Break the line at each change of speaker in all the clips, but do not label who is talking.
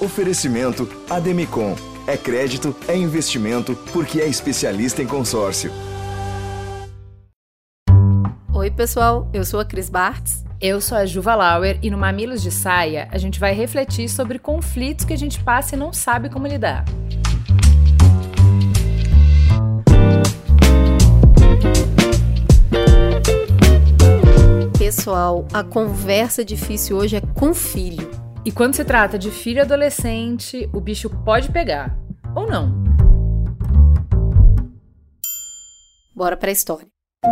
Oferecimento Ademicon. É crédito, é investimento, porque é especialista em consórcio.
Oi, pessoal. Eu sou a Cris Bartz.
Eu sou a Juva Lauer e no Mamilos de Saia a gente vai refletir sobre conflitos que a gente passa e não sabe como lidar.
Pessoal, a conversa difícil hoje é com filho.
E quando se trata de filho adolescente, o bicho pode pegar. Ou não.
Bora pra história.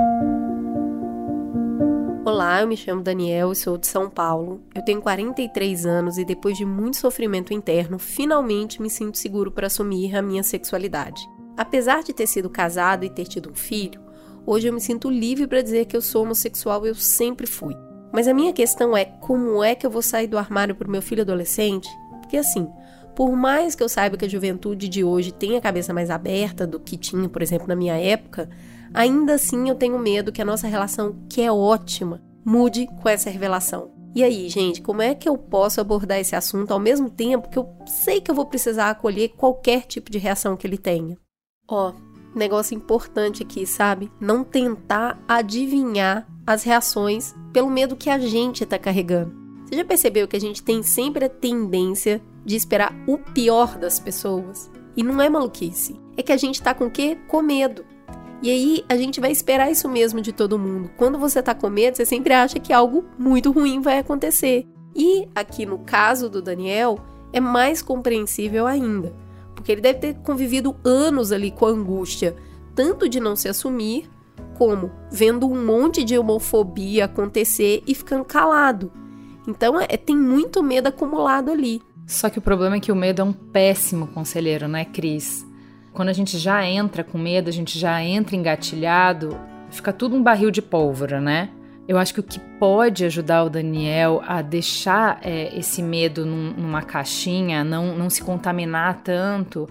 Olá, eu me chamo Daniel e sou de São Paulo. Eu tenho 43 anos e depois de muito sofrimento interno, finalmente me sinto seguro para assumir a minha sexualidade. Apesar de ter sido casado e ter tido um filho, hoje eu me sinto livre para dizer que eu sou homossexual, eu sempre fui. Mas a minha questão é, como é que eu vou sair do armário pro meu filho adolescente? Porque assim, por mais que eu saiba que a juventude de hoje tem a cabeça mais aberta do que tinha, por exemplo, na minha época, ainda assim eu tenho medo que a nossa relação, que é ótima, mude com essa revelação. E aí, gente, como é que eu posso abordar esse assunto ao mesmo tempo que eu sei que eu vou precisar acolher qualquer tipo de reação que ele tenha? Negócio importante aqui, sabe? Não tentar adivinhar as reações pelo medo que a gente tá carregando. Você já percebeu que a gente tem sempre a tendência de esperar o pior das pessoas? E não é maluquice. É que a gente tá com o quê? Com medo. E aí a gente vai esperar isso mesmo de todo mundo. Quando você tá com medo, você sempre acha que algo muito ruim vai acontecer. E aqui no caso do Daniel, é mais compreensível ainda. Porque ele deve ter convivido anos ali com a angústia, tanto de não se assumir, como vendo um monte de homofobia acontecer e ficando calado. Então, tem muito medo acumulado ali.
Só que o problema é que o medo é um péssimo conselheiro, né, Cris? Quando a gente já entra com medo, a gente já entra engatilhado, fica tudo um barril de pólvora, né? Eu acho que o que pode ajudar o Daniel a deixar esse medo numa caixinha, não se contaminar tanto,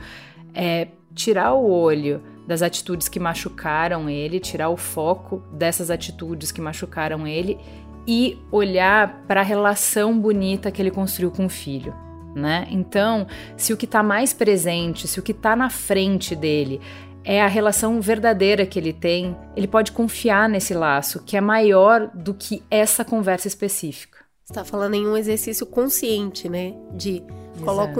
é tirar o olho das atitudes que machucaram ele, tirar o foco dessas atitudes que machucaram ele e olhar para a relação bonita que ele construiu com o filho, né? Então, se o que está mais presente, se o que está na frente dele é a relação verdadeira que ele tem, ele pode confiar nesse laço, que é maior do que essa conversa específica.
Você está falando em um exercício consciente, né? De coloca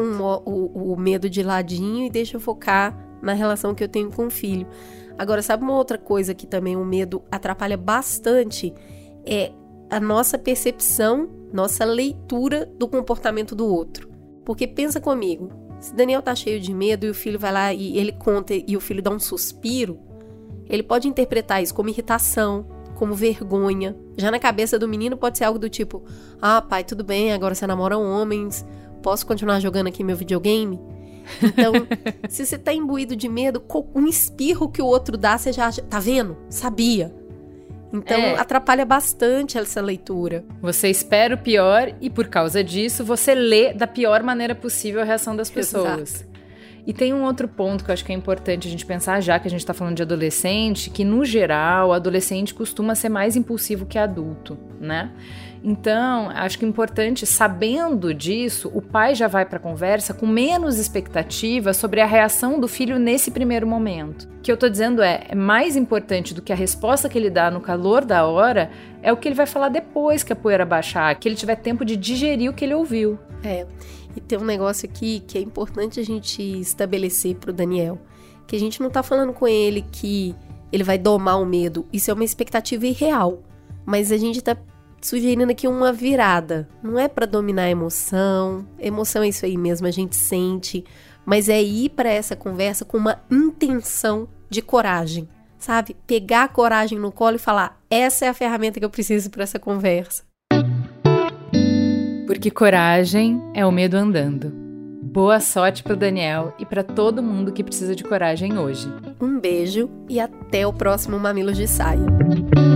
o medo de ladinho e deixa eu focar na relação que eu tenho com o filho. Agora, sabe uma outra coisa que também o medo atrapalha bastante? É a nossa percepção, nossa leitura do comportamento do outro. Porque pensa comigo, se Daniel tá cheio de medo e o filho vai lá e ele conta e o filho dá um suspiro, ele pode interpretar isso como irritação, como vergonha. Já na cabeça do menino pode ser algo do tipo, pai, tudo bem, agora você namora homens, posso continuar jogando aqui meu videogame? Então, se você tá imbuído de medo, um espirro que o outro dá, você já acha, tá vendo? Sabia. Então, atrapalha bastante essa leitura.
Você espera o pior e, por causa disso, você lê da pior maneira possível a reação das pessoas.
Exato.
E tem um outro ponto que eu acho que é importante a gente pensar, já que a gente está falando de adolescente, que, no geral, o adolescente costuma ser mais impulsivo que adulto, né? Então, acho que é importante, sabendo disso, o pai já vai para a conversa com menos expectativa sobre a reação do filho nesse primeiro momento. O que eu tô dizendo é mais importante do que a resposta que ele dá no calor da hora, é o que ele vai falar depois que a poeira baixar, que ele tiver tempo de digerir o que ele ouviu.
E tem um negócio aqui que é importante a gente estabelecer pro Daniel, que a gente não tá falando com ele que ele vai domar o medo, isso é uma expectativa irreal, mas a gente tá sugerindo aqui uma virada. Não é para dominar a emoção. Emoção é isso aí mesmo, a gente sente. Mas é ir para essa conversa com uma intenção de coragem, sabe? Pegar a coragem no colo e falar, essa é a ferramenta que eu preciso para essa conversa.
Porque coragem é o medo andando. Boa sorte pro Daniel e para todo mundo que precisa de coragem hoje.
Um beijo e até o próximo Mamilos de Saia.